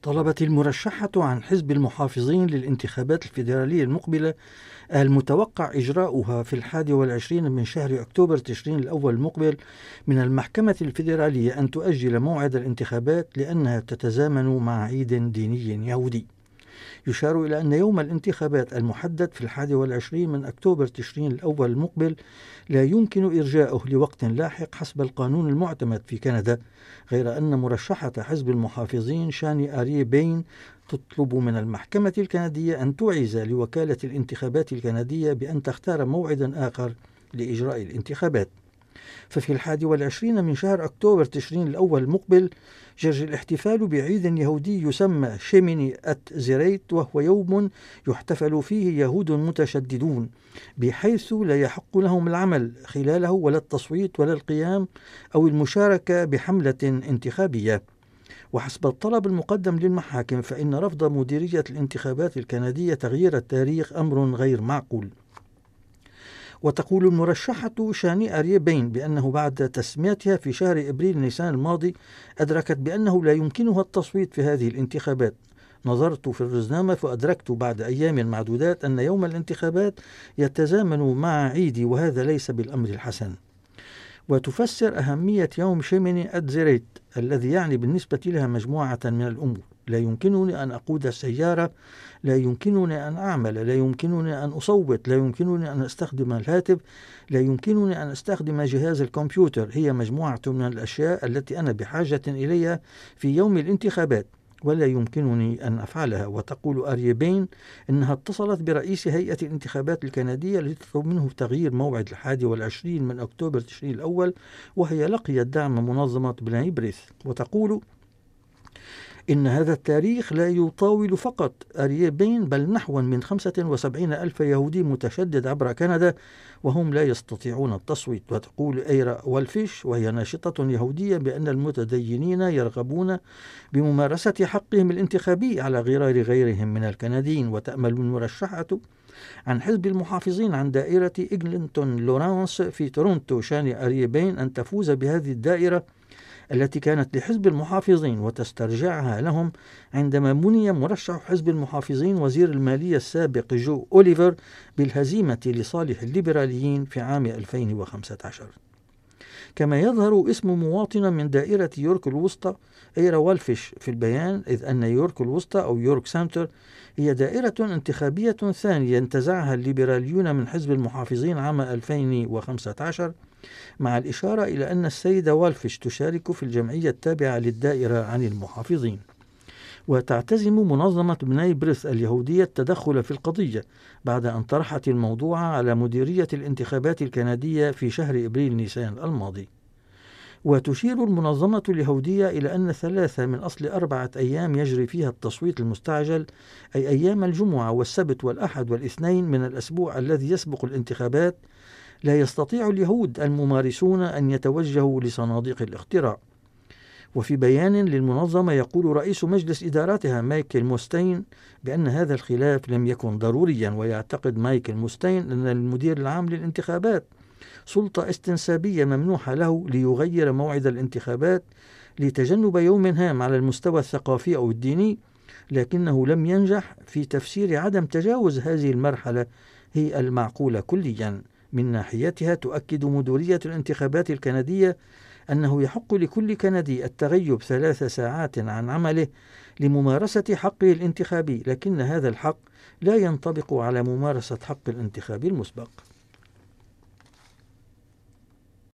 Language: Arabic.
طلبت المرشحة عن حزب المحافظين للانتخابات الفيدرالية المقبلة المتوقع إجراؤها في 21 من شهر أكتوبر تشرين الأول المقبل من المحكمة الفيدرالية أن تؤجل موعد الانتخابات لأنها تتزامن مع عيد ديني يهودي. يشار إلى أن يوم الانتخابات المحدد في 21 من أكتوبر تشرين الأول المقبل لا يمكن إرجاؤه لوقت لاحق حسب القانون المعتمد في كندا، غير أن مرشحة حزب المحافظين شاني آريه بين تطلب من المحكمة الكندية أن توعز لوكالة الانتخابات الكندية بأن تختار موعدا آخر لإجراء الانتخابات. ففي 21 من شهر أكتوبر تشرين الأول المقبل يجري الاحتفال بعيد يهودي يسمى شيميني أتزيريت، وهو يوم يحتفل فيه يهود متشددون بحيث لا يحق لهم العمل خلاله ولا التصويت ولا القيام أو المشاركة بحملة انتخابية. وحسب الطلب المقدم للمحاكم فإن رفض مديرية الانتخابات الكندية تغيير التاريخ أمر غير معقول. وتقول المرشحة شاني آريه بين بأنه بعد تسميتها في شهر إبريل نيسان الماضي أدركت بأنه لا يمكنها التصويت في هذه الانتخابات. نظرت في الرزنامة فأدركت بعد أيام معدودات أن يوم الانتخابات يتزامن مع عيدي، وهذا ليس بالأمر الحسن. وتفسر أهمية يوم شيميني أتزيريت الذي يعني بالنسبة لها مجموعة من الأمور: لا يمكنني أن أقود السيارة، لا يمكنني أن أعمل، لا يمكنني أن أصوت، لا يمكنني أن أستخدم الهاتف، لا يمكنني أن أستخدم جهاز الكمبيوتر. هي مجموعة من الأشياء التي أنا بحاجة إليها في يوم الانتخابات ولا يمكنني أن أفعلها. وتقول آريه بين إنها اتصلت برئيس هيئة الانتخابات الكندية لتطلب منه تغيير موعد 21 من أكتوبر تشرين الأول، وهي لقيت دعم منظمة بلاي بريث. وتقول إن هذا التاريخ لا يطاول فقط آريه بين بل نحو من 75 ألف يهودي متشدد عبر كندا وهم لا يستطيعون التصويت. وتقول أيرا والفيش وهي ناشطة يهودية بأن المتدينين يرغبون بممارسة حقهم الانتخابي على غرار غيرهم من الكنديين. وتأمل المرشحة عن حزب المحافظين عن دائرة إغلينتون لورانس في تورونتو شاني آريه بين أن تفوز بهذه الدائرة التي كانت لحزب المحافظين وتسترجعها لهم عندما مني مرشح حزب المحافظين وزير المالية السابق جو أوليفر بالهزيمة لصالح الليبراليين في عام 2015. كما يظهر اسم مواطن من دائرة يورك الوسطى إيرا والفيش في البيان، إذ أن يورك الوسطى أو يورك سنتر هي دائرة انتخابية ثانية انتزعها الليبراليون من حزب المحافظين عام 2015، مع الإشارة إلى أن السيدة والفيش تشارك في الجمعية التابعة للدائرة عن المحافظين. وتعتزم منظمة بناي بريث اليهودية التدخل في القضية بعد أن طرحت الموضوع على مديرية الانتخابات الكندية في شهر إبريل نيسان الماضي. وتشير المنظمة اليهودية إلى أن 3 من أصل 4 أيام يجري فيها التصويت المستعجل، أي أيام الجمعة والسبت والأحد والاثنين من الأسبوع الذي يسبق الانتخابات، لا يستطيع اليهود الممارسون أن يتوجهوا لصناديق الاقتراع. وفي بيان للمنظمة يقول رئيس مجلس إدارتها مايكل موستين بأن هذا الخلاف لم يكن ضروريا، ويعتقد مايكل موستين أن المدير العام للانتخابات سلطة استنسابية ممنوحة له ليغير موعد الانتخابات لتجنب يوم هام على المستوى الثقافي أو الديني، لكنه لم ينجح في تفسير عدم تجاوز هذه المرحلة هي المعقولة كليا. من ناحيتها تؤكد مديرية الانتخابات الكندية أنه يحق لكل كندي التغيب 3 ساعات عن عمله لممارسة حقه الانتخابي، لكن هذا الحق لا ينطبق على ممارسة حق الانتخاب المسبق.